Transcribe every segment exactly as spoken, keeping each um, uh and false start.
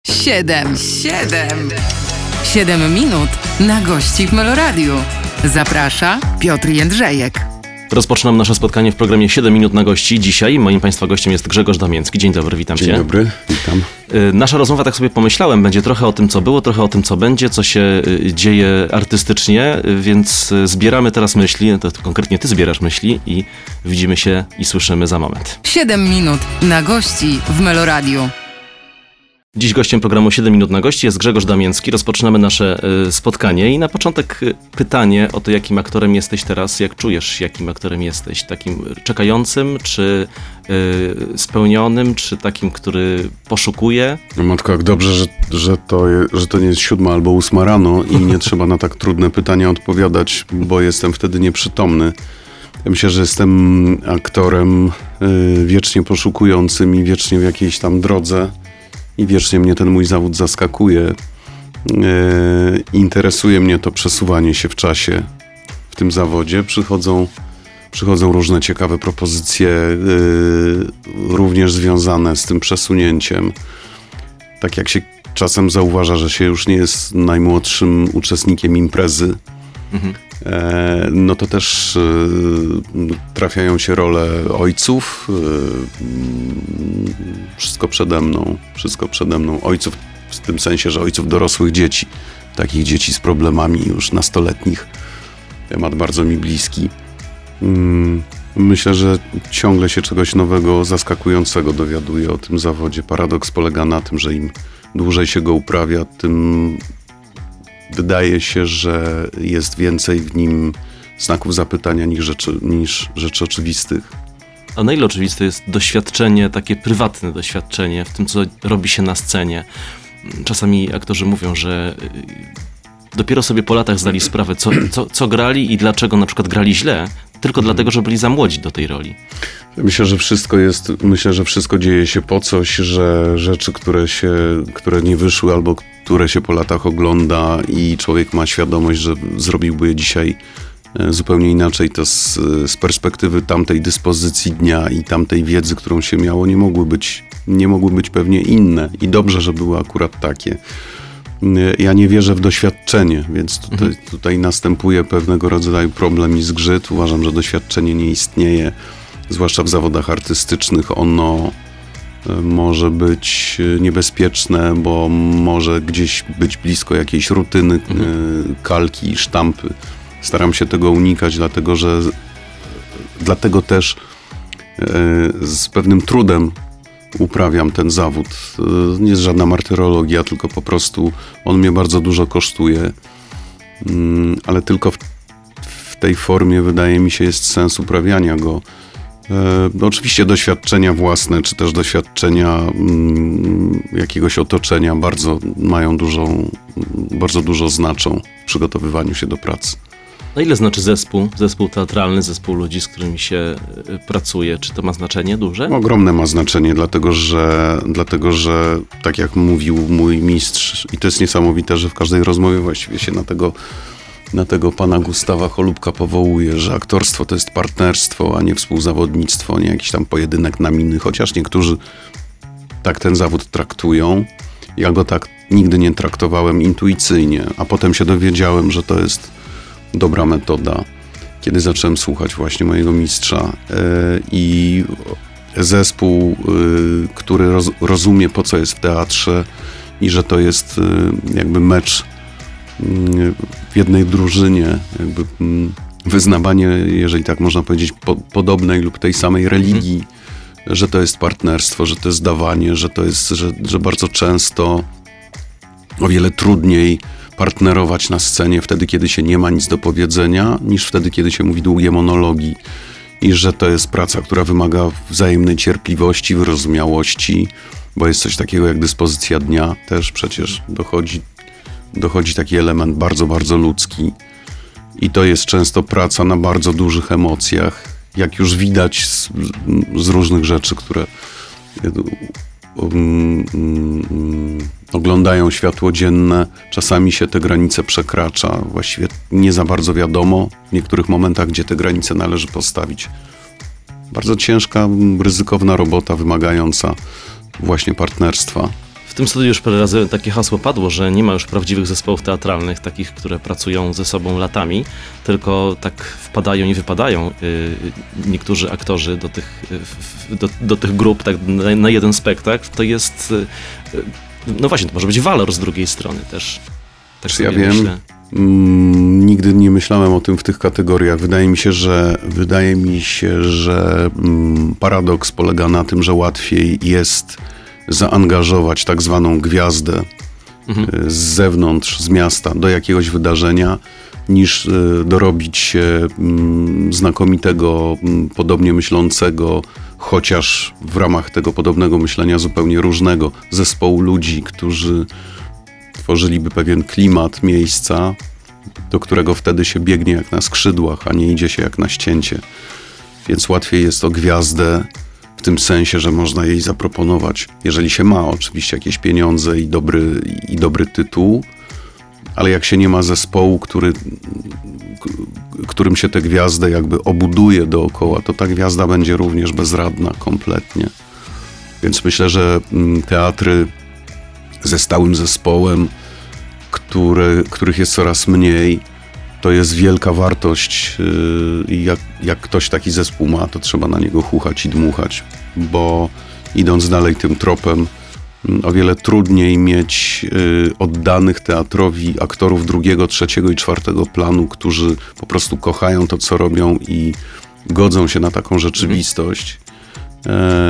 Siedem, siedem, siedem minut na gości w Meloradiu. Zaprasza Piotr Jędrzejek. Rozpoczynam nasze spotkanie w programie siedem minut na gości. Dzisiaj moim Państwa gościem jest Grzegorz Damięcki. Dzień dobry, witam Dzień Cię. Dzień dobry, witam. Nasza rozmowa, tak sobie pomyślałem, będzie trochę o tym, co było, trochę o tym, co będzie, co się dzieje artystycznie, więc zbieramy teraz myśli, to konkretnie Ty zbierasz myśli i widzimy się i słyszymy za moment. siedem minut na gości w Meloradiu. Dziś gościem programu siedem minut na gości jest Grzegorz Damięcki. Rozpoczynamy nasze y, spotkanie i na początek y, pytanie o to, jakim aktorem jesteś teraz, jak czujesz, jakim aktorem jesteś? Takim czekającym, czy y, spełnionym, czy takim, który poszukuje? No matko, jak dobrze, że, że, to je, że to nie jest siódma albo ósma rano i nie trzeba na tak trudne pytania odpowiadać, bo jestem wtedy nieprzytomny. Ja myślę, że jestem aktorem y, wiecznie poszukującym i wiecznie w jakiejś tam drodze. I wiecznie mnie ten mój zawód zaskakuje. Yy, interesuje mnie to przesuwanie się w czasie w tym zawodzie. Przychodzą, przychodzą różne ciekawe propozycje, yy, również związane z tym przesunięciem. Tak jak się czasem zauważa, że się już nie jest najmłodszym uczestnikiem imprezy, mhm. e, no to też yy, trafiają się role ojców. Yy, Wszystko przede mną, wszystko przede mną. Ojców w tym sensie, że ojców dorosłych dzieci. Takich dzieci z problemami już nastoletnich. Temat bardzo mi bliski. Myślę, że ciągle się czegoś nowego, zaskakującego dowiaduję o tym zawodzie. Paradoks polega na tym, że im dłużej się go uprawia, tym wydaje się, że jest więcej w nim znaków zapytania niż rzeczy, niż rzeczy oczywistych. A na ile oczywiste jest doświadczenie, takie prywatne doświadczenie w tym, co robi się na scenie? Czasami aktorzy mówią, że dopiero sobie po latach zdali sprawę, co, co, co grali i dlaczego na przykład grali źle, tylko hmm. dlatego, że byli za młodzi do tej roli. Myślę, że wszystko jest, myślę, że wszystko dzieje się po coś, że rzeczy, które się, które nie wyszły albo które się po latach ogląda i człowiek ma świadomość, że zrobiłby je dzisiaj zupełnie inaczej, to z, z perspektywy tamtej dyspozycji dnia i tamtej wiedzy, którą się miało, nie mogły być, nie mogły być pewnie inne i dobrze, że były akurat takie. Ja nie wierzę w doświadczenie, więc tutaj, mhm. tutaj następuje pewnego rodzaju problem i zgrzyt. Uważam, że doświadczenie nie istnieje, zwłaszcza w zawodach artystycznych. Ono może być niebezpieczne, bo może gdzieś być blisko jakiejś rutyny, mhm. kalki, sztampy. Staram się tego unikać, dlatego że dlatego też e, z pewnym trudem uprawiam ten zawód. E, nie jest żadna martyrologia, tylko po prostu on mnie bardzo dużo kosztuje, mm, ale tylko w, w tej formie wydaje mi się jest sens uprawiania go. E, no oczywiście doświadczenia własne, czy też doświadczenia mm, jakiegoś otoczenia bardzo mają dużą, bardzo dużo znaczą w przygotowywaniu się do pracy. Na ile znaczy zespół, zespół teatralny, zespół ludzi, z którymi się pracuje? Czy to ma znaczenie duże? Ogromne ma znaczenie, dlatego że, dlatego że tak jak mówił mój mistrz, i to jest niesamowite, że w każdej rozmowie właściwie się na tego, na tego pana Gustawa Cholubka powołuje, że aktorstwo to jest partnerstwo, a nie współzawodnictwo, nie jakiś tam pojedynek na miny, chociaż niektórzy tak ten zawód traktują. Ja go tak nigdy nie traktowałem intuicyjnie, a potem się dowiedziałem, że to jest dobra metoda, kiedy zacząłem słuchać właśnie mojego mistrza yy, i zespół, yy, który roz, rozumie, po co jest w teatrze i że to jest yy, jakby mecz yy, w jednej drużynie, jakby yy, wyznawanie, jeżeli tak można powiedzieć, po, podobnej lub tej samej religii, mhm. że to jest partnerstwo, że to jest dawanie, że to jest, że, że bardzo często o wiele trudniej partnerować na scenie wtedy, kiedy się nie ma nic do powiedzenia, niż wtedy, kiedy się mówi długie monologi. I że to jest praca, która wymaga wzajemnej cierpliwości, wyrozumiałości, bo jest coś takiego jak dyspozycja dnia. Też przecież dochodzi, dochodzi taki element bardzo, bardzo ludzki. I to jest często praca na bardzo dużych emocjach, jak już widać z, z różnych rzeczy, które Um, um, oglądają światło dzienne, czasami się te granice przekracza. Właściwie nie za bardzo wiadomo w niektórych momentach, gdzie te granice należy postawić. Bardzo ciężka, ryzykowna robota, wymagająca właśnie partnerstwa. W tym studiu już parę razy takie hasło padło, że nie ma już prawdziwych zespołów teatralnych, takich, które pracują ze sobą latami, tylko tak wpadają i wypadają y, niektórzy aktorzy do tych, y, do, do tych grup tak na, na jeden spektakl. To jest, y, y, no właśnie, to może być walor z drugiej strony też. Tak Czy ja sobie wiem, myślę. mm, nigdy nie myślałem o tym w tych kategoriach. Wydaje mi się, że, wydaje mi się, że mm, paradoks polega na tym, że łatwiej jest zaangażować tak zwaną gwiazdę Mhm. z zewnątrz, z miasta do jakiegoś wydarzenia, niż y, dorobić się mm, znakomitego, mm, podobnie myślącego, chociaż w ramach tego podobnego myślenia zupełnie różnego zespołu ludzi, którzy tworzyliby pewien klimat miejsca, do którego wtedy się biegnie jak na skrzydłach, a nie idzie się jak na ścięcie. Więc łatwiej jest o gwiazdę w tym sensie, że można jej zaproponować, jeżeli się ma oczywiście jakieś pieniądze i dobry, i dobry tytuł, ale jak się nie ma zespołu, który, k- którym się tę gwiazdę jakby obuduje dookoła, to ta gwiazda będzie również bezradna kompletnie. Więc myślę, że mm, teatry ze stałym zespołem, który, których jest coraz mniej, to jest wielka wartość yy, i jak, jak ktoś taki zespół ma, to trzeba na niego chuchać i dmuchać, bo idąc dalej tym tropem, yy, o wiele trudniej mieć yy, oddanych teatrowi aktorów drugiego, trzeciego i czwartego planu, którzy po prostu kochają to, co robią i godzą się na taką rzeczywistość, yy,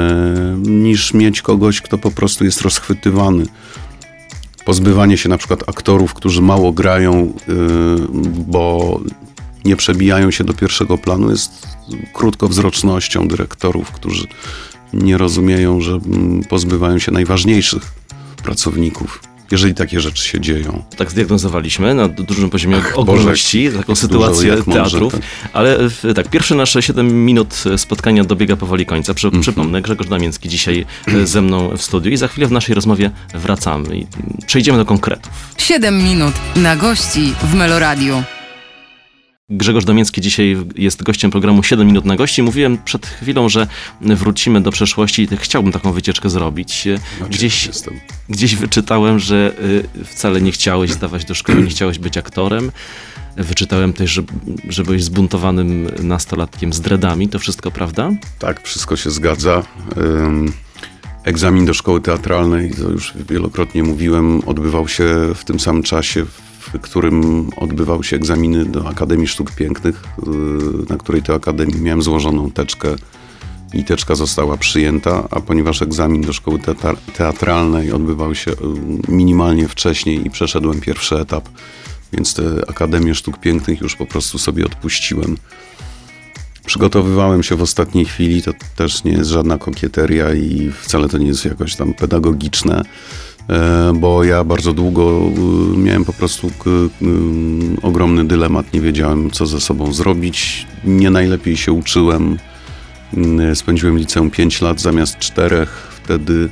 niż mieć kogoś, kto po prostu jest rozchwytywany. Pozbywanie się na przykład aktorów, którzy mało grają, yy, bo nie przebijają się do pierwszego planu, jest krótkowzrocznością dyrektorów, którzy nie rozumieją, że mm, pozbywają się najważniejszych pracowników, jeżeli takie rzeczy się dzieją. Tak zdiagnozowaliśmy na dużym poziomie Ach, ogólności Boże, taką dużo sytuację jak mądrze, teatrów, tak. ale w, tak, pierwsze nasze siedem minut spotkania dobiega powoli końca. Przy, Mhm. Przypomnę, Grzegorz Damięcki dzisiaj e, ze mną w studiu i za chwilę w naszej rozmowie wracamy i przejdziemy do konkretów. siedem minut na gości w Meloradiu. Grzegorz Damięcki dzisiaj jest gościem programu siedem minut na gości. Mówiłem przed chwilą, że wrócimy do przeszłości i chciałbym taką wycieczkę zrobić. Gdzieś, Jestem. gdzieś wyczytałem, że y, wcale nie chciałeś zdawać do szkoły, nie chciałeś być aktorem. Wyczytałem też, że, że byłeś zbuntowanym nastolatkiem z dreadami. To wszystko prawda? Tak, wszystko się zgadza. Ym, egzamin do szkoły teatralnej, to już wielokrotnie mówiłem, odbywał się w tym samym czasie, w którym odbywały się egzaminy do Akademii Sztuk Pięknych, yy, na której to akademii miałem złożoną teczkę i teczka została przyjęta, a ponieważ egzamin do szkoły teatra- teatralnej odbywał się yy, minimalnie wcześniej i przeszedłem pierwszy etap, więc tę Akademię Sztuk Pięknych już po prostu sobie odpuściłem. Przygotowywałem się w ostatniej chwili, to też nie jest żadna kokieteria i wcale to nie jest jakoś tam pedagogiczne, bo ja bardzo długo miałem po prostu ogromny dylemat, nie wiedziałem, co ze sobą zrobić. Nie najlepiej się uczyłem. Spędziłem w liceum pięć lat zamiast czterech wtedy.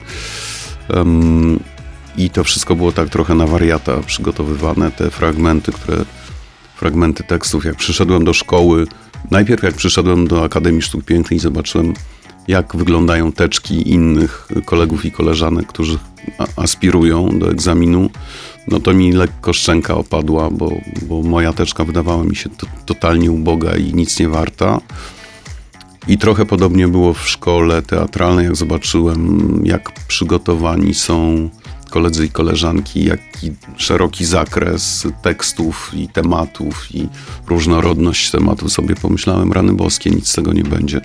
Um, I to wszystko było tak trochę na wariata przygotowywane, te fragmenty, które, fragmenty tekstów. Jak przyszedłem do szkoły, najpierw jak przyszedłem do Akademii Sztuk Pięknych i zobaczyłem, jak wyglądają teczki innych kolegów i koleżanek, którzy aspirują do egzaminu, no to mi lekko szczęka opadła, bo, bo moja teczka wydawała mi się to, totalnie uboga i nic nie warta. I trochę podobnie było w szkole teatralnej, jak zobaczyłem, jak przygotowani są koledzy i koleżanki, jaki szeroki zakres tekstów i tematów i różnorodność tematów. Sobie pomyślałem, rany boskie, nic z tego nie będzie.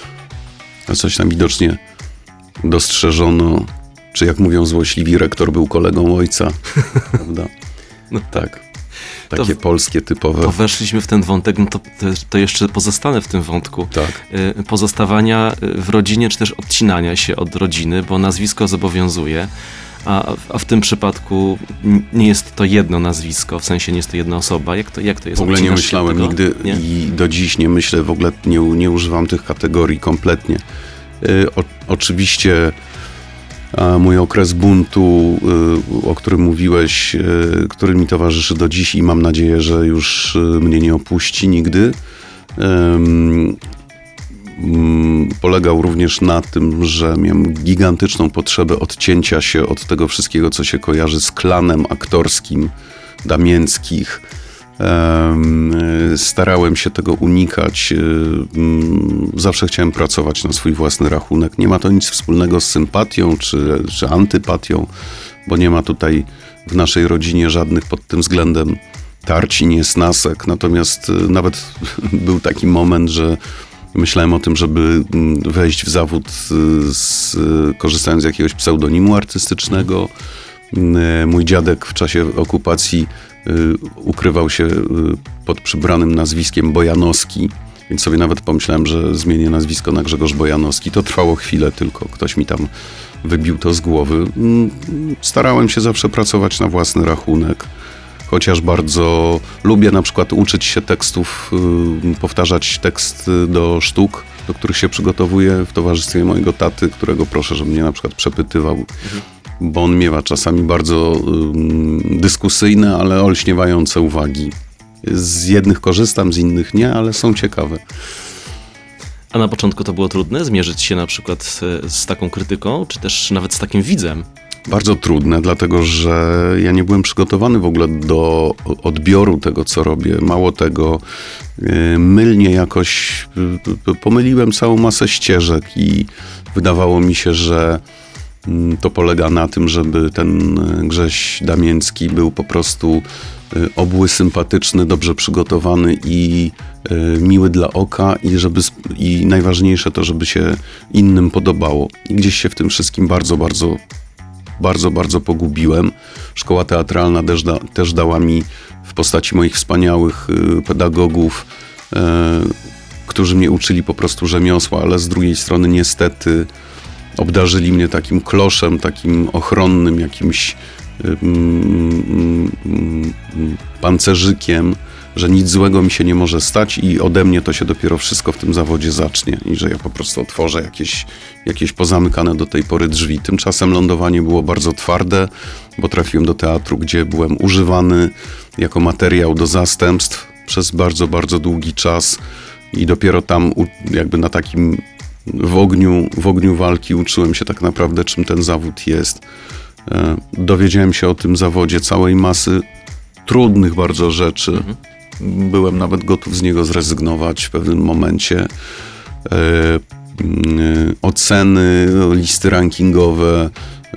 A coś tam widocznie dostrzeżono, czy jak mówią złośliwi, rektor był kolegą ojca, prawda? No tak. Takie to, polskie typowe. To weszliśmy w ten wątek, no to, to jeszcze pozostanę w tym wątku. Tak. Pozostawania w rodzinie, czy też odcinania się od rodziny, bo nazwisko zobowiązuje, a, a w tym przypadku nie jest to jedno nazwisko, w sensie nie jest to jedna osoba. Jak to, jak to jest? W ogóle nie Odcinasz się myślałem tego? nigdy Nie? i do dziś nie myślę, w ogóle nie, nie używam tych kategorii kompletnie. Y, o, oczywiście a mój okres buntu, y, o którym mówiłeś, y, który mi towarzyszy do dziś i mam nadzieję, że już y, mnie nie opuści nigdy. Y, mm, polegał również na tym, że miałem gigantyczną potrzebę odcięcia się od tego wszystkiego, co się kojarzy z klanem aktorskim Damięckich. Starałem się tego unikać. Zawsze chciałem pracować na swój własny rachunek. Nie ma to nic wspólnego z sympatią czy, czy antypatią, bo nie ma tutaj w naszej rodzinie żadnych pod tym względem tarci, niesnasek. Natomiast nawet był taki moment, że myślałem o tym, żeby wejść w zawód z, korzystając z jakiegoś pseudonimu artystycznego. Mój dziadek w czasie okupacji ukrywał się pod przybranym nazwiskiem Bojanowski, więc sobie nawet pomyślałem, że zmienię nazwisko na Grzegorz Bojanowski. To trwało chwilę tylko, ktoś mi tam wybił to z głowy. Starałem się zawsze pracować na własny rachunek, chociaż bardzo lubię na przykład uczyć się tekstów, powtarzać tekst do sztuk, do których się przygotowuję w towarzystwie mojego taty, którego proszę, żeby mnie na przykład przepytywał. Mhm. Bo on miewa czasami bardzo y, dyskusyjne, ale olśniewające uwagi. Z jednych korzystam, z innych nie, ale są ciekawe. A na początku to było trudne zmierzyć się na przykład z taką krytyką, czy też nawet z takim widzem? Bardzo trudne, dlatego że ja nie byłem przygotowany w ogóle do odbioru tego, co robię. Mało tego, y, mylnie jakoś y, pomyliłem całą masę ścieżek i wydawało mi się, że to polega na tym, żeby ten Grześ Damięcki był po prostu obły, sympatyczny, dobrze przygotowany i miły dla oka i, żeby, i najważniejsze to, żeby się innym podobało. I gdzieś się w tym wszystkim bardzo, bardzo, bardzo, bardzo pogubiłem. Szkoła teatralna też, da, też dała mi w postaci moich wspaniałych pedagogów, którzy mnie uczyli po prostu rzemiosła, ale z drugiej strony niestety obdarzyli mnie takim kloszem, takim ochronnym, jakimś mm, mm, pancerzykiem, że nic złego mi się nie może stać i ode mnie to się dopiero wszystko w tym zawodzie zacznie i że ja po prostu otworzę jakieś, jakieś pozamykane do tej pory drzwi. Tymczasem lądowanie było bardzo twarde, bo trafiłem do teatru, gdzie byłem używany jako materiał do zastępstw przez bardzo, bardzo długi czas i dopiero tam jakby na takim W ogniu, w ogniu walki uczyłem się tak naprawdę, czym ten zawód jest. Dowiedziałem się o tym zawodzie całej masy trudnych bardzo rzeczy. Mhm. Byłem nawet gotów z niego zrezygnować w pewnym momencie. Oceny, listy rankingowe,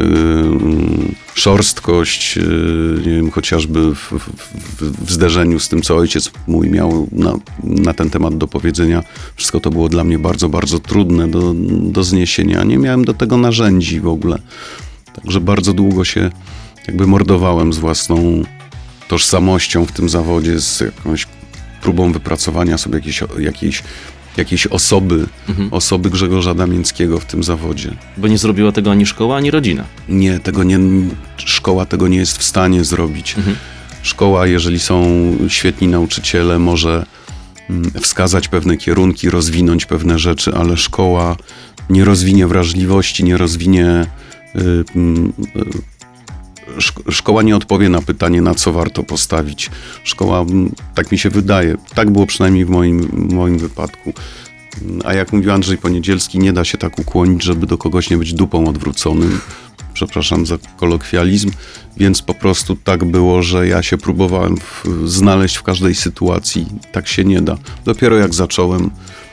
szorstkość, nie wiem, chociażby w, w, w zderzeniu z tym, co ojciec mój miał na, na ten temat do powiedzenia. Wszystko to było dla mnie bardzo, bardzo trudne do, do zniesienia. Nie miałem do tego narzędzi w ogóle. Także bardzo długo się jakby mordowałem z własną tożsamością w tym zawodzie, z jakąś próbą wypracowania sobie jakiejś, jakiejś jakiejś osoby, mhm. osoby Grzegorza Damięckiego w tym zawodzie. Bo nie zrobiła tego ani szkoła, ani rodzina. Nie, tego nie, szkoła tego nie jest w stanie zrobić. Mhm. Szkoła, jeżeli są świetni nauczyciele, może wskazać pewne kierunki, rozwinąć pewne rzeczy, ale szkoła nie rozwinie wrażliwości, nie rozwinie... Yy, yy, Szkoła nie odpowie na pytanie, na co warto postawić. Szkoła, tak mi się wydaje, tak było przynajmniej w moim, w moim wypadku. A jak mówił Andrzej Poniedzielski, nie da się tak ukłonić, żeby do kogoś nie być dupą odwróconym. Przepraszam za kolokwializm. Więc po prostu tak było, że ja się próbowałem w, znaleźć w każdej sytuacji. Tak się nie da. Dopiero jak zacząłem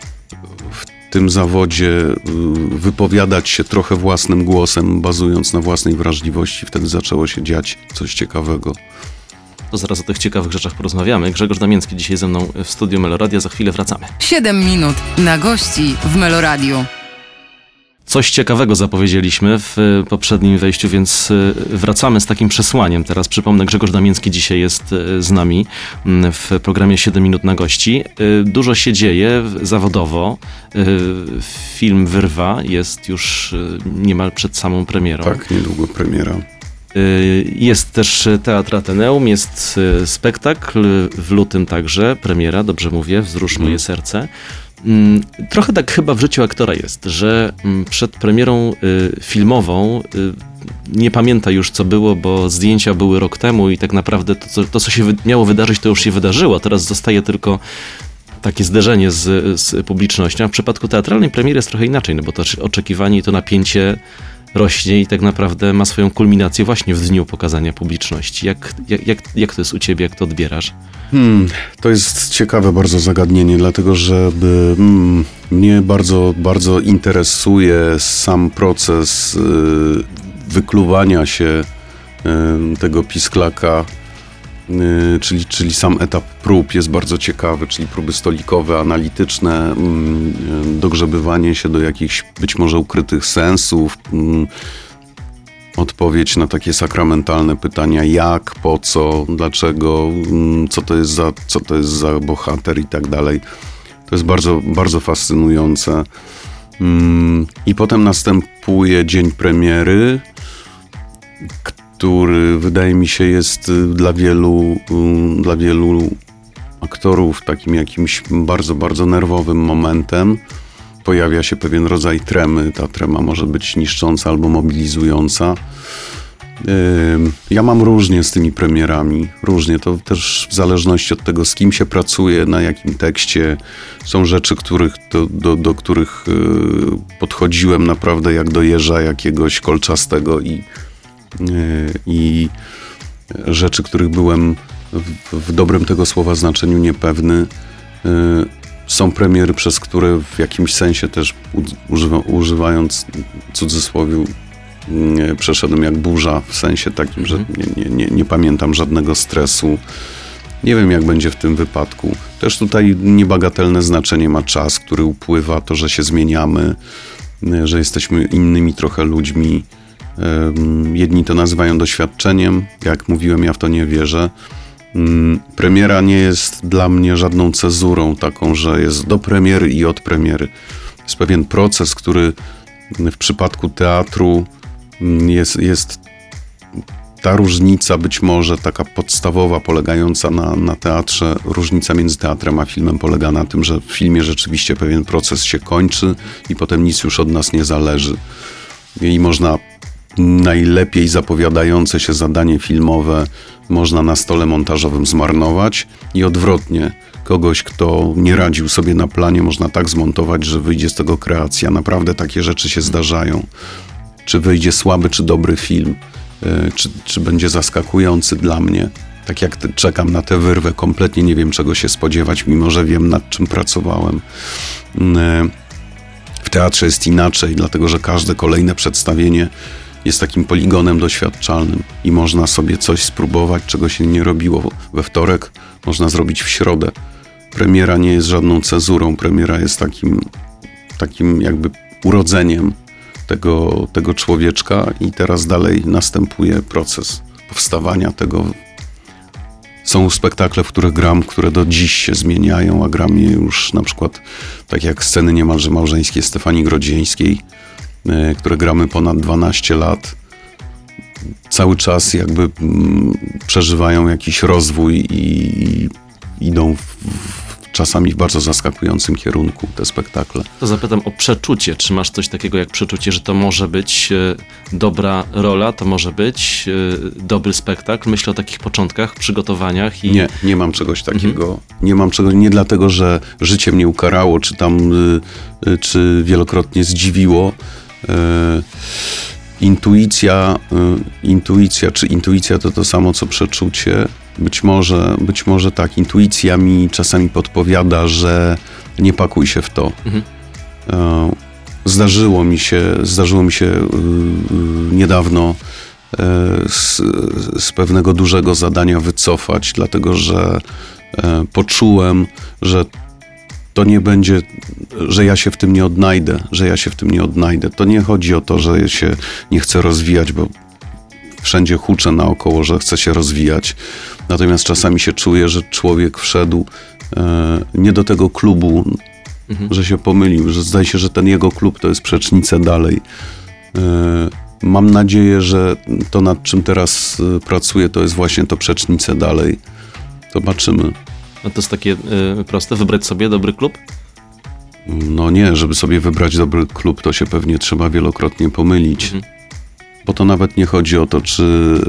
w tym zawodzie wypowiadać się trochę własnym głosem, bazując na własnej wrażliwości, wtedy zaczęło się dziać coś ciekawego. To zaraz o tych ciekawych rzeczach porozmawiamy. Grzegorz Damięcki dzisiaj ze mną w studiu Meloradia. Za chwilę wracamy. siedem minut na gości w Meloradiu. Coś ciekawego zapowiedzieliśmy w poprzednim wejściu, więc wracamy z takim przesłaniem. Teraz przypomnę, Grzegorz Damięcki dzisiaj jest z nami w programie siedem minut na gości. Dużo się dzieje zawodowo. Film Wyrwa jest już niemal przed samą premierą. Tak, niedługo premiera. Jest też Teatr Ateneum, jest spektakl, w lutym także premiera, dobrze mówię, Wzrusz moje serce. Trochę tak chyba w życiu aktora jest, że przed premierą filmową nie pamięta już, co było, bo zdjęcia były rok temu i tak naprawdę to, co, to, co się miało wydarzyć, to już się wydarzyło. Teraz zostaje tylko takie zderzenie z, z publicznością. A w przypadku teatralnej premiery jest trochę inaczej, no bo to oczekiwanie i to napięcie rośnie i tak naprawdę ma swoją kulminację właśnie w dniu pokazania publiczności. Jak, jak, jak, jak to jest u ciebie, jak to odbierasz? Hmm, to jest ciekawe bardzo zagadnienie, dlatego że hmm, mnie bardzo, bardzo interesuje sam proces y, wykluwania się y, tego pisklaka, y, czyli, czyli sam etap prób jest bardzo ciekawy, czyli próby stolikowe, analityczne, y, dogrzebywanie się do jakichś być może ukrytych sensów, y, odpowiedź na takie sakramentalne pytania jak, po co, dlaczego, co to jest za, co to jest za bohater i tak dalej. To jest bardzo, bardzo fascynujące. I potem następuje dzień premiery, który wydaje mi się jest dla wielu, dla wielu aktorów takim jakimś bardzo, bardzo nerwowym momentem. Pojawia się pewien rodzaj tremy. Ta trema może być niszcząca albo mobilizująca. Ja mam różnie z tymi premierami. Różnie. To też w zależności od tego, z kim się pracuje, na jakim tekście. Są rzeczy, których, do, do, do których podchodziłem naprawdę jak do jeża jakiegoś kolczastego i, i rzeczy, których byłem w, w dobrym tego słowa znaczeniu niepewny. Są premiery, przez które w jakimś sensie też używa, używając cudzysłowiu przeszedłem jak burza, w sensie takim, że nie, nie, nie pamiętam żadnego stresu. Nie wiem, jak będzie w tym wypadku. Też tutaj niebagatelne znaczenie ma czas, który upływa, to, że się zmieniamy, że jesteśmy innymi trochę ludźmi. Jedni to nazywają doświadczeniem. Jak mówiłem, ja w to nie wierzę. Premiera nie jest dla mnie żadną cezurą taką, że jest do premiery i od premiery. Jest pewien proces, który w przypadku teatru jest, jest ta różnica być może taka podstawowa, polegająca na, na teatrze. Różnica między teatrem a filmem polega na tym, że w filmie rzeczywiście pewien proces się kończy i potem nic już od nas nie zależy. I można najlepiej zapowiadające się zadanie filmowe można na stole montażowym zmarnować i odwrotnie. Kogoś, kto nie radził sobie na planie, można tak zmontować, że wyjdzie z tego kreacja. Naprawdę takie rzeczy się zdarzają. Czy wyjdzie słaby, czy dobry film, czy, czy będzie zaskakujący dla mnie. Tak jak te, czekam na tę wyrwę, kompletnie nie wiem, czego się spodziewać, mimo że wiem, nad czym pracowałem. W teatrze jest inaczej, dlatego że każde kolejne przedstawienie jest takim poligonem doświadczalnym i można sobie coś spróbować, czego się nie robiło we wtorek, można zrobić w środę. Premiera nie jest żadną cezurą, premiera jest takim, takim jakby urodzeniem tego, tego człowieczka i teraz dalej następuje proces powstawania tego. Są spektakle, w których gram, które do dziś się zmieniają, a gram je już na przykład tak jak sceny niemalże małżeńskie Stefanii Grodzieńskiej, które gramy ponad dwanaście lat, cały czas jakby mm, przeżywają jakiś rozwój i, i idą w, w, czasami w bardzo zaskakującym kierunku te spektakle. To zapytam o przeczucie. Czy masz coś takiego jak przeczucie, że to może być e, dobra rola, to może być e, dobry spektakl? Myślę o takich początkach, przygotowaniach. I... Nie, nie mam czegoś takiego. Mhm. Nie mam czegoś, nie dlatego, że życie mnie ukarało, czy tam, y, y, czy wielokrotnie zdziwiło. Intuicja, intuicja, czy intuicja to to samo, co przeczucie? Być może, być może tak. Intuicja mi czasami podpowiada, że nie pakuj się w to. Mhm. Zdarzyło mi się, zdarzyło mi się niedawno z, z pewnego dużego zadania wycofać, dlatego że poczułem, że to nie będzie, że ja się w tym nie odnajdę, że ja się w tym nie odnajdę. To nie chodzi o to, że ja się nie chcę rozwijać, bo wszędzie huczę naokoło, że chcę się rozwijać. Natomiast czasami się czuję, że człowiek wszedł e, nie do tego klubu, mhm. że się pomylił, że zdaje się, że ten jego klub to jest przecznicę dalej. E, mam nadzieję, że to, nad czym teraz pracuję, to jest właśnie to przecznicę dalej. Zobaczymy. No to jest takie y, proste, wybrać sobie dobry klub? No nie, żeby sobie wybrać dobry klub, to się pewnie trzeba wielokrotnie pomylić. Mhm. Bo to nawet nie chodzi o to, czy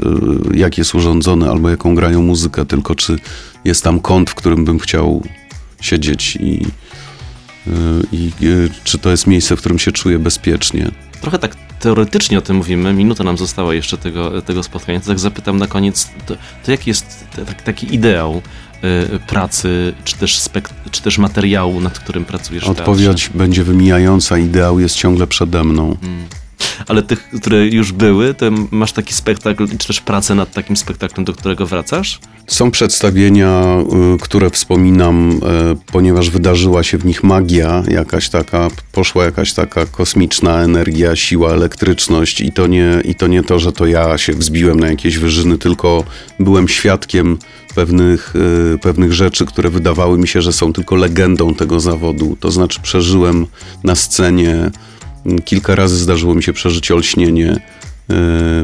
jak jest urządzony, albo jaką grają muzykę, tylko czy jest tam kąt, w którym bym chciał siedzieć i, i, i czy to jest miejsce, w którym się czuję bezpiecznie. Trochę tak teoretycznie o tym mówimy, minuta nam została jeszcze tego, tego spotkania, to tak zapytam na koniec, to, to jaki jest t- taki ideał y, pracy, czy też, spek- czy też materiału, nad którym pracujesz w Odpowiedź teatrze? będzie wymijająca, ideał jest ciągle przede mną. Hmm. Ale tych, które już były, to masz taki spektakl, czy też pracę nad takim spektaklem, do którego wracasz? Są przedstawienia, y, które wspominam, y, ponieważ wydarzyła się w nich magia, jakaś taka, poszła jakaś taka kosmiczna energia, siła, elektryczność i to nie, i to, nie to, że to ja się wzbiłem na jakieś wyżyny, tylko byłem świadkiem pewnych, y, pewnych rzeczy, które wydawały mi się, że są tylko legendą tego zawodu. To znaczy przeżyłem na scenie, kilka razy zdarzyło mi się przeżyć olśnienie, Yy,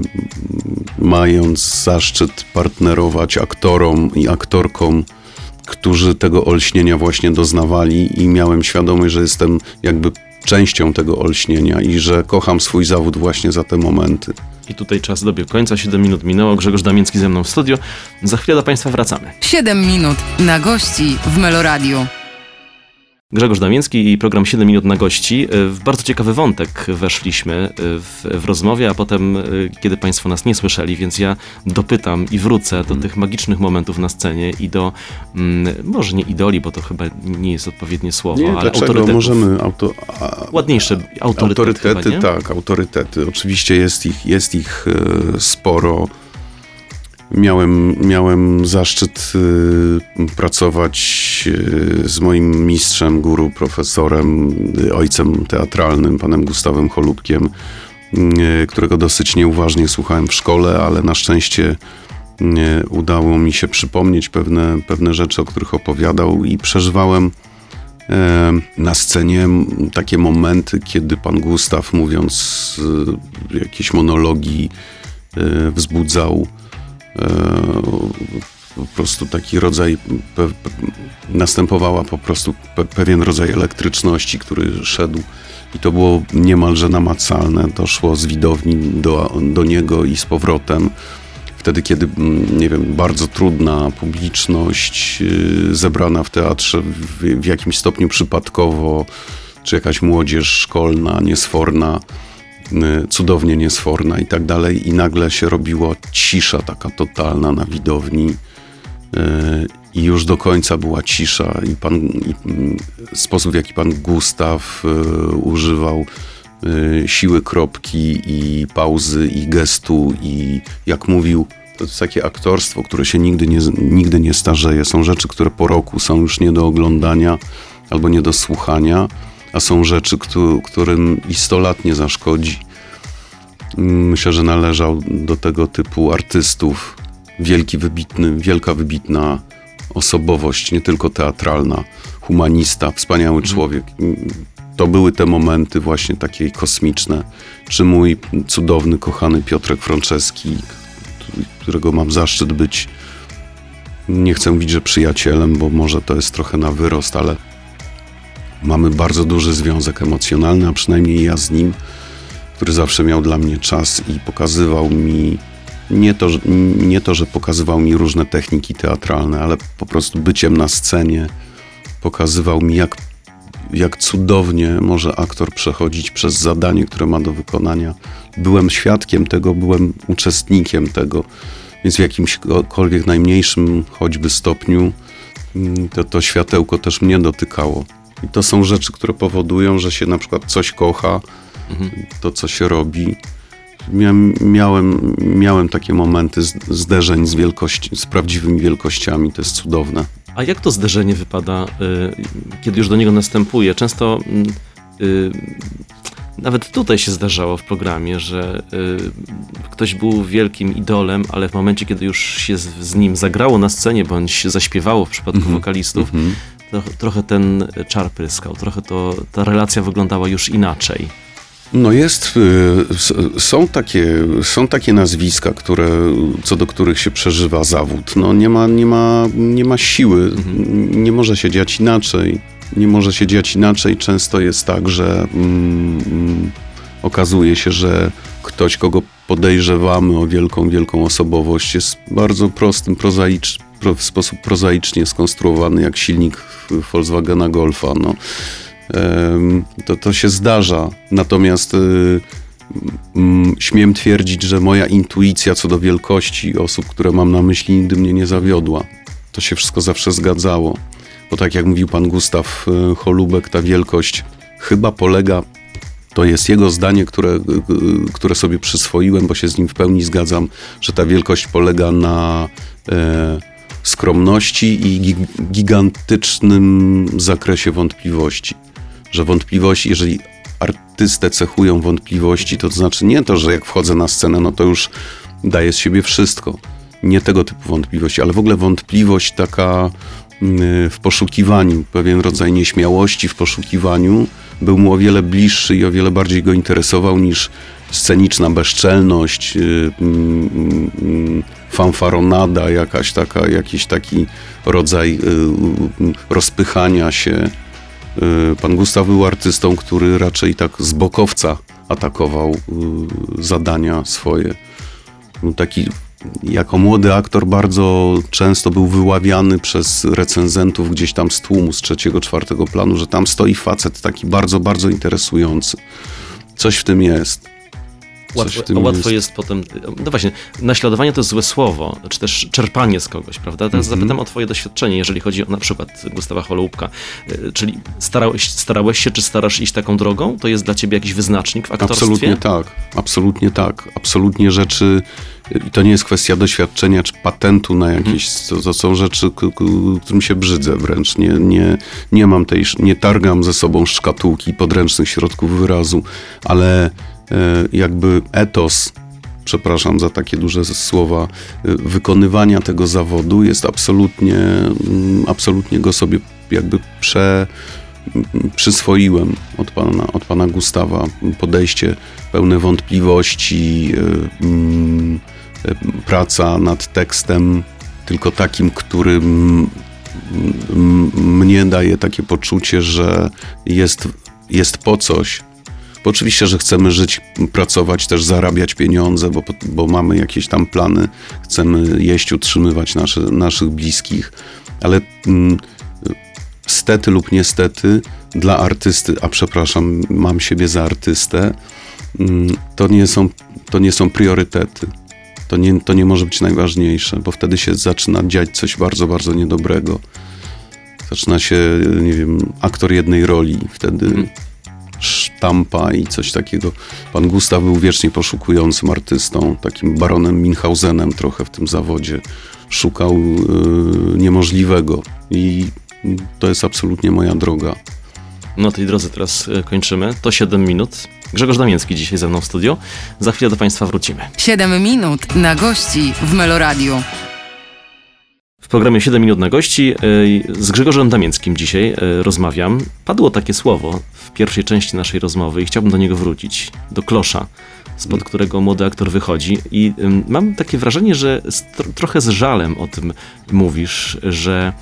mając zaszczyt partnerować aktorom i aktorkom, którzy tego olśnienia właśnie doznawali i miałem świadomość, że jestem jakby częścią tego olśnienia i że kocham swój zawód właśnie za te momenty. I tutaj czas dobiegł końca, siedem minut minęło, Grzegorz Damiński ze mną w studiu. Za chwilę do Państwa wracamy. siedem minut na gości w Meloradiu. Grzegorz Damiński i program siedem minut na gości. W bardzo ciekawy wątek weszliśmy w, w rozmowie, a potem, kiedy Państwo nas nie słyszeli, więc ja dopytam i wrócę do hmm. tych magicznych momentów na scenie i do, mm, może nie idoli, bo to chyba nie jest odpowiednie słowo, nie, ale dlaczego? autorytetów. Możemy auto, a, Ładniejsze autorytet autorytety, chyba, nie? tak, autorytety. Oczywiście jest ich, jest ich e, sporo. Miałem, miałem zaszczyt y, pracować y, z moim mistrzem, guru, profesorem, y, ojcem teatralnym, panem Gustawem Cholubkiem, y, którego dosyć nieuważnie słuchałem w szkole, ale na szczęście y, udało mi się przypomnieć pewne, pewne rzeczy, o których opowiadał i przeżywałem y, na scenie takie momenty, kiedy pan Gustaw, mówiąc y, jakieś monologi, y, wzbudzał po prostu taki rodzaj, pe, pe, następowała po prostu pe, pewien rodzaj elektryczności, który szedł i to było niemalże namacalne. Doszło z widowni do, do niego i z powrotem. Wtedy, kiedy, nie wiem, bardzo trudna publiczność zebrana w teatrze w, w jakimś stopniu przypadkowo, czy jakaś młodzież szkolna, niesforna, cudownie niesforna i tak dalej, i nagle się robiła cisza taka totalna na widowni yy, i już do końca była cisza i pan, i, sposób, w jaki pan Gustaw yy, używał yy, siły kropki i pauzy i gestu i jak mówił, to jest takie aktorstwo, które się nigdy nie, nigdy nie starzeje. Są rzeczy, które po roku są już nie do oglądania albo nie do słuchania, a są rzeczy, którym i sto lat nie zaszkodzi. Myślę, że należał do tego typu artystów wielki, wybitny, wielka, wybitna osobowość, nie tylko teatralna, humanista, wspaniały człowiek. To były te momenty właśnie takie kosmiczne. Czy mój cudowny, kochany Piotrek Franceski, którego mam zaszczyt być, nie chcę mówić, że przyjacielem, bo może to jest trochę na wyrost, ale mamy bardzo duży związek emocjonalny, a przynajmniej ja z nim, który zawsze miał dla mnie czas i pokazywał mi, nie to, że, nie to, że pokazywał mi różne techniki teatralne, ale po prostu byciem na scenie pokazywał mi, jak, jak cudownie może aktor przechodzić przez zadanie, które ma do wykonania. Byłem świadkiem tego, byłem uczestnikiem tego, więc w jakimśkolwiek najmniejszym choćby stopniu to, to światełko też mnie dotykało. I to są rzeczy, które powodują, że się na przykład coś kocha, mhm. to co się robi. Miałem, miałem, miałem takie momenty zderzeń z, wielkości, z prawdziwymi wielkościami, to jest cudowne. A jak to zderzenie wypada, kiedy już do niego następuje? Często nawet tutaj się zdarzało w programie, że ktoś był wielkim idolem, ale w momencie, kiedy już się z, z nim zagrało na scenie, bądź zaśpiewało w przypadku mhm. wokalistów, mhm. to, trochę ten czar pryskał, trochę to, ta relacja wyglądała już inaczej. No jest, y, są takie, są takie nazwiska, które, co do których się przeżywa zawód. No nie ma, nie ma, nie ma siły, mhm. nie może się dziać inaczej. Nie może się dziać inaczej. Często jest tak, że mm, okazuje się, że ktoś, kogo podejrzewamy o wielką, wielką osobowość, jest bardzo prostym, prozaicz, pro, w sposób prozaicznie skonstruowany, jak silnik Volkswagena Golfa. No. To, to się zdarza. Natomiast y, y, śmiem twierdzić, że moja intuicja co do wielkości osób, które mam na myśli, nigdy mnie nie zawiodła. To się wszystko zawsze zgadzało. Bo tak jak mówił pan Gustaw Holubek, ta wielkość chyba polega, to jest jego zdanie, które, które sobie przyswoiłem, bo się z nim w pełni zgadzam, że ta wielkość polega na e, skromności i gigantycznym zakresie wątpliwości. Że wątpliwości, jeżeli artystę cechują wątpliwości, to znaczy nie to, że jak wchodzę na scenę, no to już daję z siebie wszystko. Nie tego typu wątpliwości, ale w ogóle wątpliwość taka w poszukiwaniu, pewien rodzaj nieśmiałości w poszukiwaniu był mu o wiele bliższy i o wiele bardziej go interesował niż sceniczna bezczelność, fanfaronada, jakaś taka, jakiś taki rodzaj rozpychania się. Pan Gustaw był artystą, który raczej tak z bokowca atakował zadania swoje. Był taki, jako młody aktor bardzo często był wyławiany przez recenzentów gdzieś tam z tłumu, z trzeciego, czwartego planu, że tam stoi facet taki bardzo, bardzo interesujący. Coś w tym jest. Łatwo, tym łatwo jest. jest potem, no właśnie, naśladowanie to jest złe słowo, czy też czerpanie z kogoś, prawda? Teraz mm-hmm. zapytam o twoje doświadczenie, jeżeli chodzi o na przykład Gustawa Holubka. Czyli starałeś, starałeś się, czy starasz iść taką drogą? To jest dla ciebie jakiś wyznacznik w aktorstwie? Absolutnie tak, absolutnie tak. Absolutnie rzeczy, i to nie jest kwestia doświadczenia, czy patentu na jakieś, mm. to, to są rzeczy, k- k- którym się brzydzę wręcz. Nie, nie, nie mam tej, nie targam ze sobą szkatułki podręcznych środków wyrazu, ale jakby etos, przepraszam za takie duże słowa, wykonywania tego zawodu jest absolutnie, absolutnie go sobie jakby prze, przyswoiłem od pana, od pana Gustawa. Podejście pełne wątpliwości, praca nad tekstem tylko takim, który mnie daje takie poczucie, że jest, jest po coś. Bo oczywiście, że chcemy żyć, pracować, też zarabiać pieniądze, bo, bo mamy jakieś tam plany, chcemy jeść, utrzymywać nasze, naszych bliskich, ale mm, stety lub niestety dla artysty, a przepraszam, mam siebie za artystę, mm, to nie są, to nie są priorytety. To nie, to nie może być najważniejsze, bo wtedy się zaczyna dziać coś bardzo, bardzo niedobrego. Zaczyna się, nie wiem, aktor jednej roli, wtedy... Hmm. sztampa i coś takiego. Pan Gustaw był wiecznie poszukującym artystą, takim baronem Münchhausenem trochę w tym zawodzie. Szukał yy, niemożliwego i to jest absolutnie moja droga. Na tej drodze teraz kończymy. To siedem minut. Grzegorz Damięcki dzisiaj ze mną w studio. Za chwilę do państwa wrócimy. siedem minut na gości w Meloradiu. W programie siedem minut na gości z Grzegorzem Damięckim dzisiaj rozmawiam. Padło takie słowo w pierwszej części naszej rozmowy i chciałbym do niego wrócić. Do klosza, spod którego młody aktor wychodzi. I mam takie wrażenie, że trochę z żalem o tym mówisz, że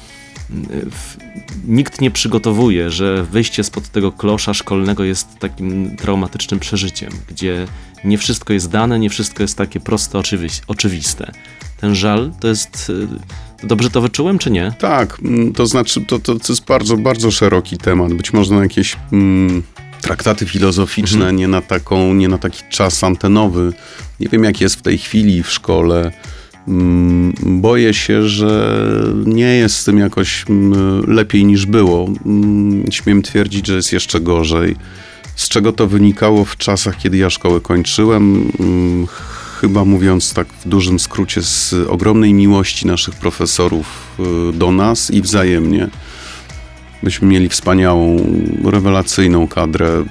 nikt nie przygotowuje, że wyjście spod tego klosza szkolnego jest takim traumatycznym przeżyciem, gdzie nie wszystko jest dane, nie wszystko jest takie proste, oczywiste. Ten żal to jest... Dobrze to wyczułem, czy nie? Tak, to znaczy to, to, to jest bardzo, bardzo szeroki temat. Być może na jakieś mm, traktaty filozoficzne, mhm. nie na taką, nie na taki czas antenowy. Nie wiem, jak jest w tej chwili w szkole. Mm, boję się, że nie jest z tym jakoś mm, lepiej niż było. Mm, śmiem twierdzić, że jest jeszcze gorzej. Z czego to wynikało w czasach, kiedy ja szkołę kończyłem? Mm, Chyba mówiąc tak w dużym skrócie, z ogromnej miłości naszych profesorów do nas i wzajemnie. Myśmy mieli wspaniałą, rewelacyjną kadrę.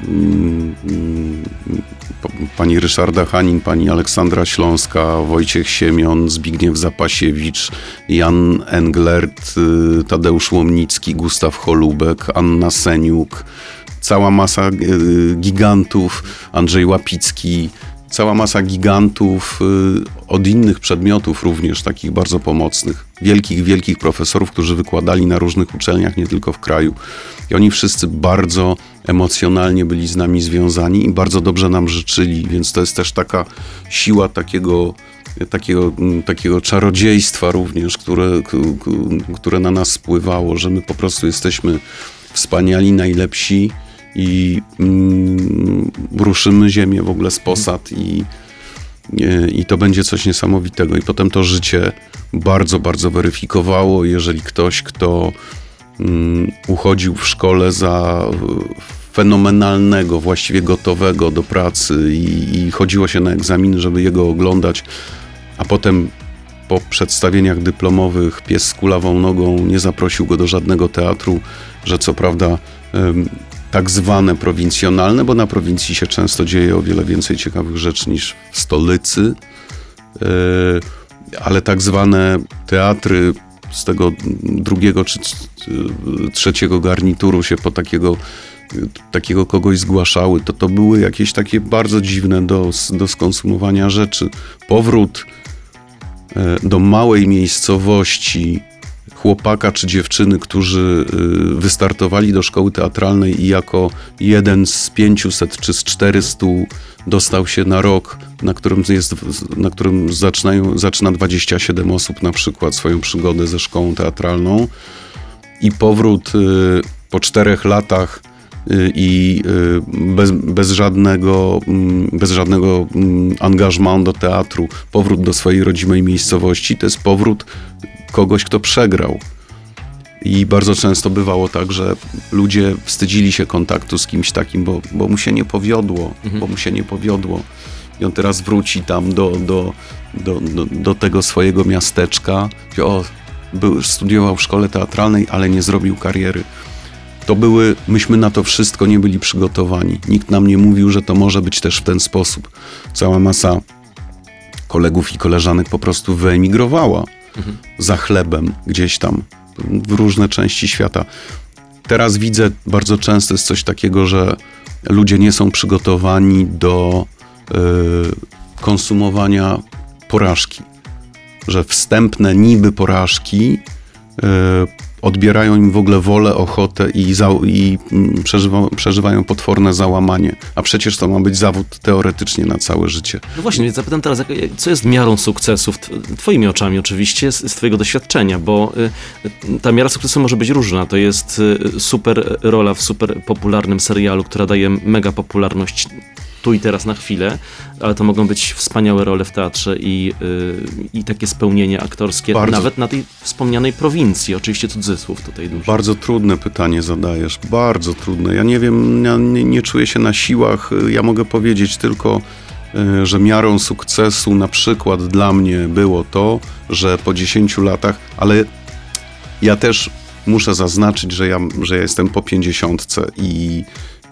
Pani Ryszarda Hanin, pani Aleksandra Śląska, Wojciech Siemion, Zbigniew Zapasiewicz, Jan Englert, Tadeusz Łomnicki, Gustaw Holubek, Anna Seniuk, cała masa gigantów, Andrzej Łapicki, cała masa gigantów y, od innych przedmiotów również, takich bardzo pomocnych. Wielkich, wielkich profesorów, którzy wykładali na różnych uczelniach, nie tylko w kraju. I oni wszyscy bardzo emocjonalnie byli z nami związani i bardzo dobrze nam życzyli, więc to jest też taka siła takiego takiego, takiego czarodziejstwa również, które, które na nas spływało, że my po prostu jesteśmy wspaniali, najlepsi i mm, ruszymy ziemię w ogóle z posad i, i to będzie coś niesamowitego. I potem to życie bardzo, bardzo weryfikowało. Jeżeli ktoś, kto mm, uchodził w szkole za fenomenalnego, właściwie gotowego do pracy i, i chodziło się na egzamin, żeby jego oglądać, a potem po przedstawieniach dyplomowych pies z kulawą nogą nie zaprosił go do żadnego teatru, że co prawda ym, tak zwane prowincjonalne, bo na prowincji się często dzieje o wiele więcej ciekawych rzeczy niż w stolicy, yy, ale tak zwane teatry z tego drugiego czy trzeciego garnituru się po takiego, takiego kogoś zgłaszały, to to były jakieś takie bardzo dziwne do, do skonsumowania rzeczy. Powrót do małej miejscowości chłopaka czy dziewczyny, którzy wystartowali do szkoły teatralnej i jako jeden z pięciuset czy z czterystu dostał się na rok, na którym, jest, na którym zaczynają, zaczyna dwadzieścia siedem osób na przykład swoją przygodę ze szkołą teatralną i powrót po czterech latach i bez, bez żadnego, bez żadnego angażmatu do teatru, powrót do swojej rodzimej miejscowości, to jest powrót kogoś, kto przegrał. I bardzo często bywało tak, że ludzie wstydzili się kontaktu z kimś takim, bo, bo mu się nie powiodło, mhm. bo mu się nie powiodło. I on teraz wróci tam do, do, do, do, do tego swojego miasteczka, gdzie o, był, studiował w szkole teatralnej, ale nie zrobił kariery. To były, myśmy na to wszystko nie byli przygotowani. Nikt nam nie mówił, że to może być też w ten sposób. Cała masa kolegów i koleżanek po prostu wyemigrowała mhm. za chlebem gdzieś tam w różne części świata. Teraz widzę bardzo często jest coś takiego, że ludzie nie są przygotowani do y, konsumowania porażki. Że wstępne niby porażki y, odbierają im w ogóle wolę, ochotę i, za, i przeżywa, przeżywają potworne załamanie. A przecież to ma być zawód teoretycznie na całe życie. No właśnie, więc zapytam teraz, co jest miarą sukcesu, twoimi oczami oczywiście, z, z twojego doświadczenia, bo y, ta miara sukcesu może być różna. To jest y, super rola w super popularnym serialu, która daje mega popularność tu i teraz na chwilę, ale to mogą być wspaniałe role w teatrze i, yy, i takie spełnienie aktorskie, bardzo, nawet na tej wspomnianej prowincji, oczywiście cudzysłów tutaj dużo. Bardzo trudne pytanie zadajesz, bardzo trudne. Ja nie wiem, ja nie, nie czuję się na siłach, ja mogę powiedzieć tylko, yy, że miarą sukcesu na przykład dla mnie było to, że po dziesięciu latach, ale ja też muszę zaznaczyć, że ja, że ja jestem po pięćdziesiątce i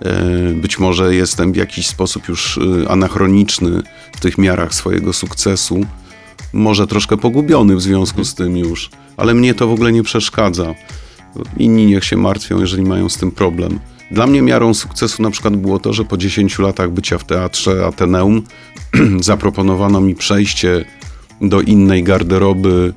być może jestem w jakiś sposób już anachroniczny w tych miarach swojego sukcesu, może troszkę pogubiony w związku z tym już, ale mnie to w ogóle nie przeszkadza. Inni niech się martwią, jeżeli mają z tym problem. Dla mnie miarą sukcesu na przykład było to, że po dziesięciu latach bycia w teatrze Ateneum zaproponowano mi przejście do innej garderoby,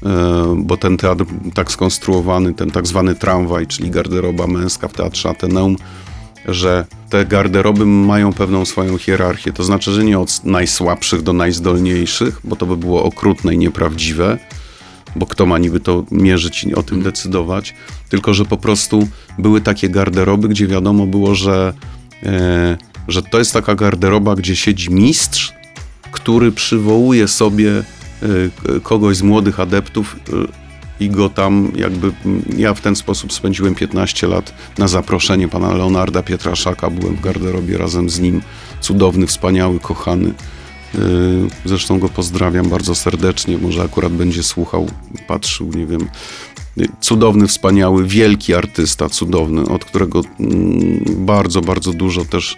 bo ten teatr tak skonstruowany, ten tak zwany tramwaj, czyli garderoba męska w teatrze Ateneum, że te garderoby mają pewną swoją hierarchię. To znaczy, że nie od najsłabszych do najzdolniejszych, bo to by było okrutne i nieprawdziwe, bo kto ma niby to mierzyć i o tym decydować, tylko że po prostu były takie garderoby, gdzie wiadomo było, że, e, że to jest taka garderoba, gdzie siedzi mistrz, który przywołuje sobie e, kogoś z młodych adeptów e, i go tam jakby, ja w ten sposób spędziłem piętnaście lat na zaproszenie pana Leonarda Pietraszaka, byłem w garderobie razem z nim, cudowny, wspaniały, kochany. Zresztą go pozdrawiam bardzo serdecznie, może akurat będzie słuchał, patrzył, nie wiem. Cudowny, wspaniały, wielki artysta, cudowny, od którego bardzo, bardzo dużo też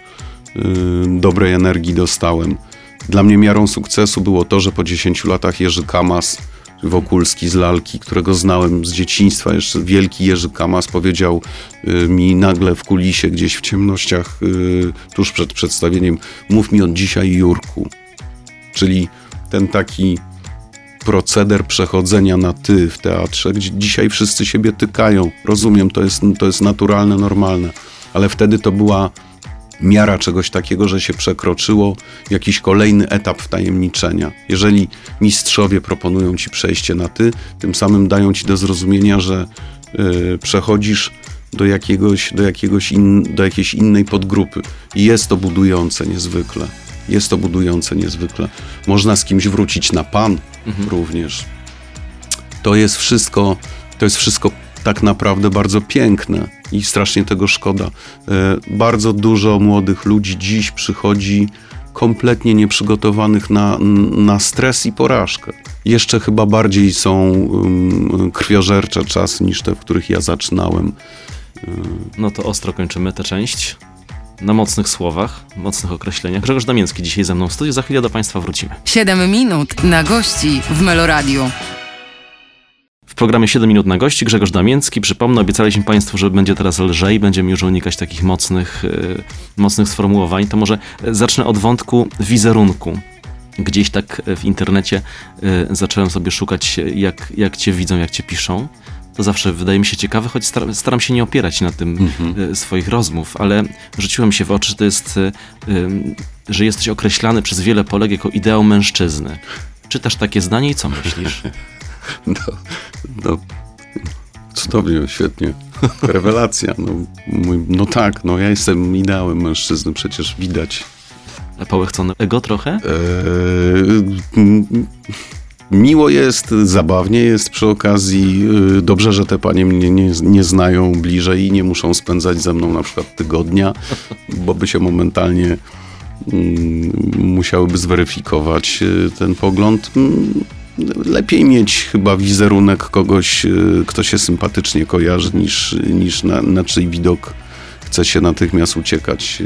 dobrej energii dostałem. Dla mnie miarą sukcesu było to, że po dziesięciu latach Jerzy Kamas, Wokulski z Lalki, którego znałem z dzieciństwa, jeszcze wielki Jerzy Kamas powiedział y, mi nagle w kulisie, gdzieś w ciemnościach, y, tuż przed przedstawieniem, mów mi od dzisiaj Jurku. Czyli ten taki proceder przechodzenia na ty w teatrze, gdzie dzisiaj wszyscy siebie tykają. Rozumiem, to jest, to jest naturalne, normalne, ale wtedy to była miara czegoś takiego, że się przekroczyło jakiś kolejny etap wtajemniczenia. Jeżeli mistrzowie proponują ci przejście na ty, tym samym dają ci do zrozumienia, że yy, przechodzisz do jakiegoś, do jakiegoś in, do jakiejś innej podgrupy. I jest to budujące niezwykle. Jest to budujące niezwykle. Można z kimś wrócić na pan mhm. również. To jest wszystko, to jest wszystko tak naprawdę bardzo piękne i strasznie tego szkoda. Bardzo dużo młodych ludzi dziś przychodzi kompletnie nieprzygotowanych na, na stres i porażkę. Jeszcze chyba bardziej są um, krwiożercze czasy niż te, w których ja zaczynałem. No to ostro kończymy tę część. Na mocnych słowach, mocnych określeniach. Grzegorz Damięcki dzisiaj ze mną w studiu. Za chwilę do Państwa wrócimy. siedem minut na gości w Meloradiu. W programie siedem minut na gości Grzegorz Damięcki. Przypomnę, obiecaliśmy Państwu, że będzie teraz lżej, będziemy już unikać takich mocnych, yy, mocnych sformułowań. To może zacznę od wątku wizerunku. Gdzieś tak w internecie yy, zacząłem sobie szukać, jak, jak Cię widzą, jak Cię piszą. To zawsze wydaje mi się ciekawe, choć staram, staram się nie opierać na tym mm-hmm. y, swoich rozmów, ale rzuciłem się w oczy, że to jest, y, y, że jesteś określany przez wiele Polek jako ideał mężczyzny. Czytasz takie zdanie i co myślisz? No, no, cudownie, świetnie. Rewelacja. No, mój, no tak, no ja jestem ideałem mężczyzny, przecież widać. A połechcone ego trochę? Eee, miło jest, zabawnie jest przy okazji. Dobrze, że te panie mnie nie, nie znają bliżej i nie muszą spędzać ze mną na przykład tygodnia, bo by się momentalnie um, musiałyby zweryfikować ten pogląd. Lepiej mieć chyba wizerunek kogoś, kto się sympatycznie kojarzy, niż, niż na, na czyj widok chce się natychmiast uciekać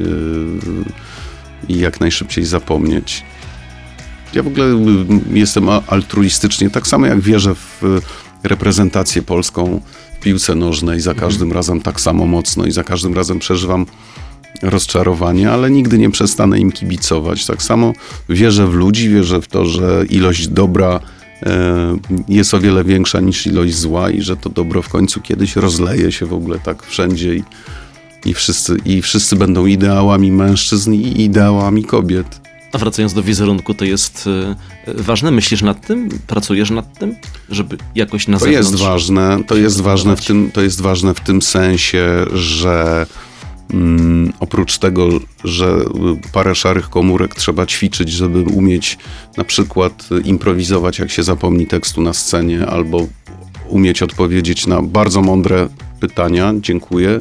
i jak najszybciej zapomnieć. Ja w ogóle jestem altruistycznie, tak samo jak wierzę w reprezentację polską w piłce nożnej, za każdym razem tak samo mocno i za każdym razem przeżywam rozczarowanie, ale nigdy nie przestanę im kibicować. Tak samo wierzę w ludzi, wierzę w to, że ilość dobra jest o wiele większa niż ilość zła i że to dobro w końcu kiedyś rozleje się w ogóle tak wszędzie i, i, wszyscy, i wszyscy będą ideałami mężczyzn i ideałami kobiet. A wracając do wizerunku, to jest y, ważne? Myślisz nad tym? Pracujesz nad tym? Żeby jakoś na to zewnątrz... Jest ważne, to jest ważne w tym, to jest ważne w tym sensie, że mm, oprócz tego, że parę szarych komórek trzeba ćwiczyć, żeby umieć na przykład improwizować, jak się zapomni tekstu na scenie, albo umieć odpowiedzieć na bardzo mądre pytania, dziękuję,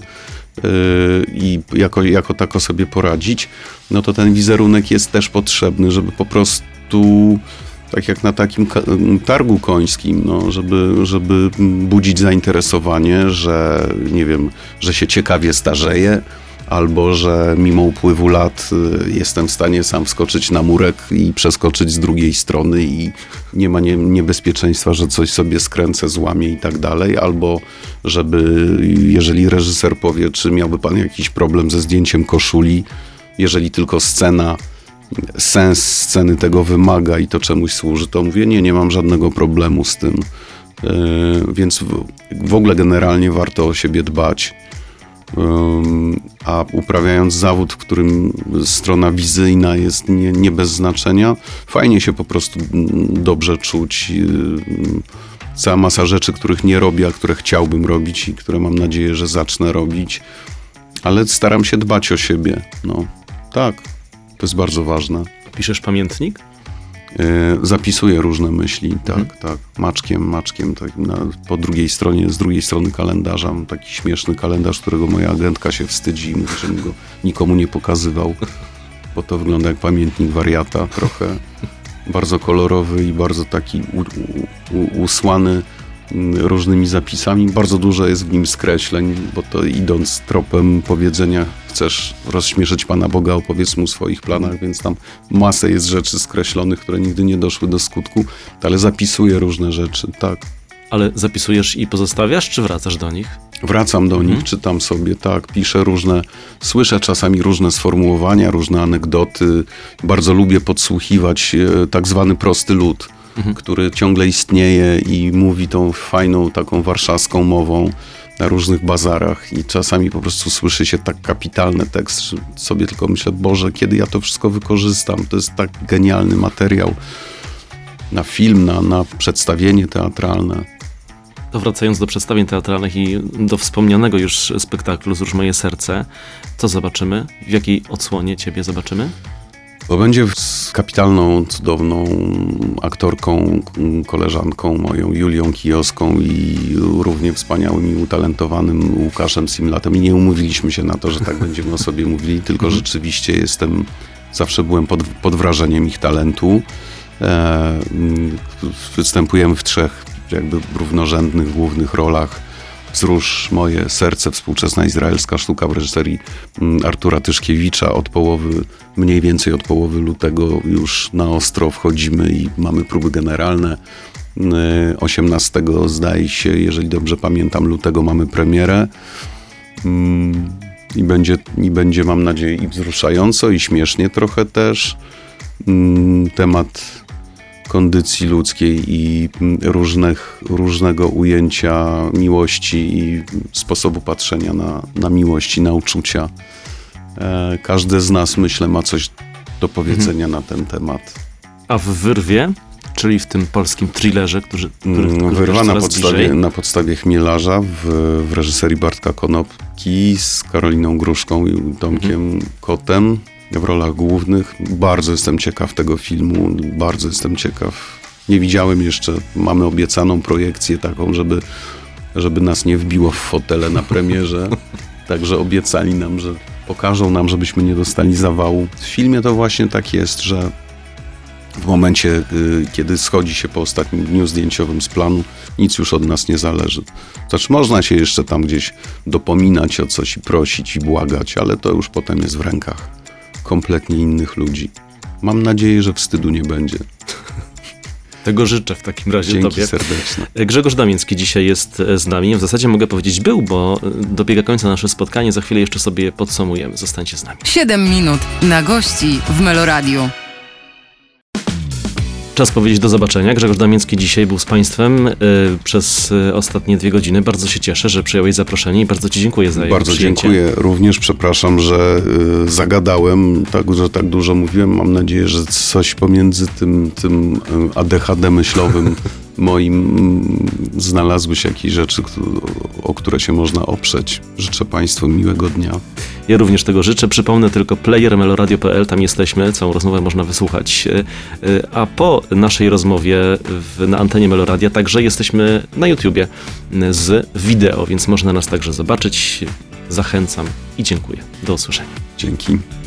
i jako, jako tako sobie poradzić, no to ten wizerunek jest też potrzebny, żeby po prostu, tak jak na takim targu końskim, no, żeby, żeby budzić zainteresowanie, że nie wiem, że się ciekawie starzeję, albo że mimo upływu lat jestem w stanie sam wskoczyć na murek i przeskoczyć z drugiej strony i nie ma nie, niebezpieczeństwa, że coś sobie skręcę, złamię i tak dalej, albo żeby, jeżeli reżyser powie, czy miałby pan jakiś problem ze zdjęciem koszuli, jeżeli tylko scena, sens sceny tego wymaga i to czemuś służy, to mówię, nie, nie mam żadnego problemu z tym. Yy, więc w, w ogóle generalnie warto o siebie dbać. A uprawiając zawód, w którym strona wizyjna jest nie, nie bez znaczenia, fajnie się po prostu dobrze czuć. Cała masa rzeczy, których nie robię, a które chciałbym robić i które mam nadzieję, że zacznę robić, ale staram się dbać o siebie. No, tak, to jest bardzo ważne. Piszesz pamiętnik? Zapisuję różne myśli, tak, mhm. tak, maczkiem, maczkiem, tak, na, po drugiej stronie, z drugiej strony kalendarza, mam taki śmieszny kalendarz, którego moja agentka się wstydzi i mówi, żebym go nikomu nie pokazywał, bo to wygląda jak pamiętnik wariata trochę, bardzo kolorowy i bardzo taki u, u, usłany różnymi zapisami, bardzo dużo jest w nim skreśleń, bo to idąc tropem powiedzenia, chcesz rozśmieszyć Pana Boga, opowiedz mu o swoich planach, więc tam masę jest rzeczy skreślonych, które nigdy nie doszły do skutku, ale zapisuję różne rzeczy, tak. Ale zapisujesz i pozostawiasz, czy wracasz do nich? Wracam do mhm. nich, czytam sobie, tak, piszę różne, słyszę czasami różne sformułowania, różne anegdoty, bardzo lubię podsłuchiwać e, tak zwany prosty lud, mhm. który ciągle istnieje i mówi tą fajną, taką warszawską mową. na różnych bazarach i czasami po prostu słyszy się tak kapitalny tekst, że sobie tylko myślę, Boże, kiedy ja to wszystko wykorzystam? To jest tak genialny materiał na film, na, na przedstawienie teatralne. To wracając do przedstawień teatralnych i do wspomnianego już spektaklu Zróż moje serce, co zobaczymy? W jakiej odsłonie ciebie zobaczymy? Bo będzie z kapitalną, cudowną aktorką, koleżanką moją Julią Kijowską i równie wspaniałym i utalentowanym Łukaszem Simlatem. I nie umówiliśmy się na to, że tak będziemy o sobie mówili, tylko rzeczywiście jestem, zawsze byłem pod, pod wrażeniem ich talentu. E, występujemy w trzech jakby równorzędnych, głównych rolach. Wzrusz moje serce, współczesna izraelska sztuka w reżyserii Artura Tyszkiewicza. Od połowy, mniej więcej od połowy lutego już na ostro wchodzimy i mamy próby generalne. osiemnastego zdaje się, jeżeli dobrze pamiętam, lutego mamy premierę. I będzie, i będzie, mam nadzieję, i wzruszająco, i śmiesznie trochę też. Temat kondycji ludzkiej i różnych, różnego ujęcia miłości i sposobu patrzenia na, na miłość i na uczucia. E, każdy z nas, myślę, ma coś do powiedzenia mhm. na ten temat. A w Wyrwie, czyli w tym polskim thrillerze, który, który, który Wyrwa na podstawie, na podstawie Chmielarza w, w reżyserii Bartka Konopki z Karoliną Gruszką i Tomkiem mhm. Kotem w rolach głównych. Bardzo jestem ciekaw tego filmu, bardzo jestem ciekaw. Nie widziałem jeszcze, mamy obiecaną projekcję taką, żeby, żeby nas nie wbiło w fotele na premierze. Także obiecali nam, że pokażą nam, żebyśmy nie dostali zawału. W filmie to właśnie tak jest, że w momencie, kiedy schodzi się po ostatnim dniu zdjęciowym z planu, nic już od nas nie zależy. Znaczy można się jeszcze tam gdzieś dopominać o coś i prosić i błagać, ale to już potem jest w rękach kompletnie innych ludzi. Mam nadzieję, że wstydu nie będzie. Tego życzę w takim razie Dzięki tobie. Serdeczne. Grzegorz Damiński dzisiaj jest z nami. W zasadzie mogę powiedzieć był, bo dobiega końca nasze spotkanie. Za chwilę jeszcze sobie podsumujemy. Zostańcie z nami. siedem minut na gości w Meloradiu. Czas powiedzieć do zobaczenia. Grzegorz Damiński dzisiaj był z Państwem y, przez y, ostatnie dwie godziny. Bardzo się cieszę, że przyjąłeś zaproszenie i bardzo Ci dziękuję za jego Bardzo przyjęcie. dziękuję. Również przepraszam, że y, zagadałem, tak, że tak dużo mówiłem. Mam nadzieję, że coś pomiędzy tym, tym A D H D myślowym moim znalazły się jakieś rzeczy, o które się można oprzeć. Życzę Państwu miłego dnia. Ja również tego życzę. Przypomnę tylko player meloradio kropka p l, tam jesteśmy, całą rozmowę można wysłuchać. A po naszej rozmowie w, na antenie Meloradia także jesteśmy na YouTubie z wideo, więc można nas także zobaczyć. Zachęcam i dziękuję. Do usłyszenia. Dzięki.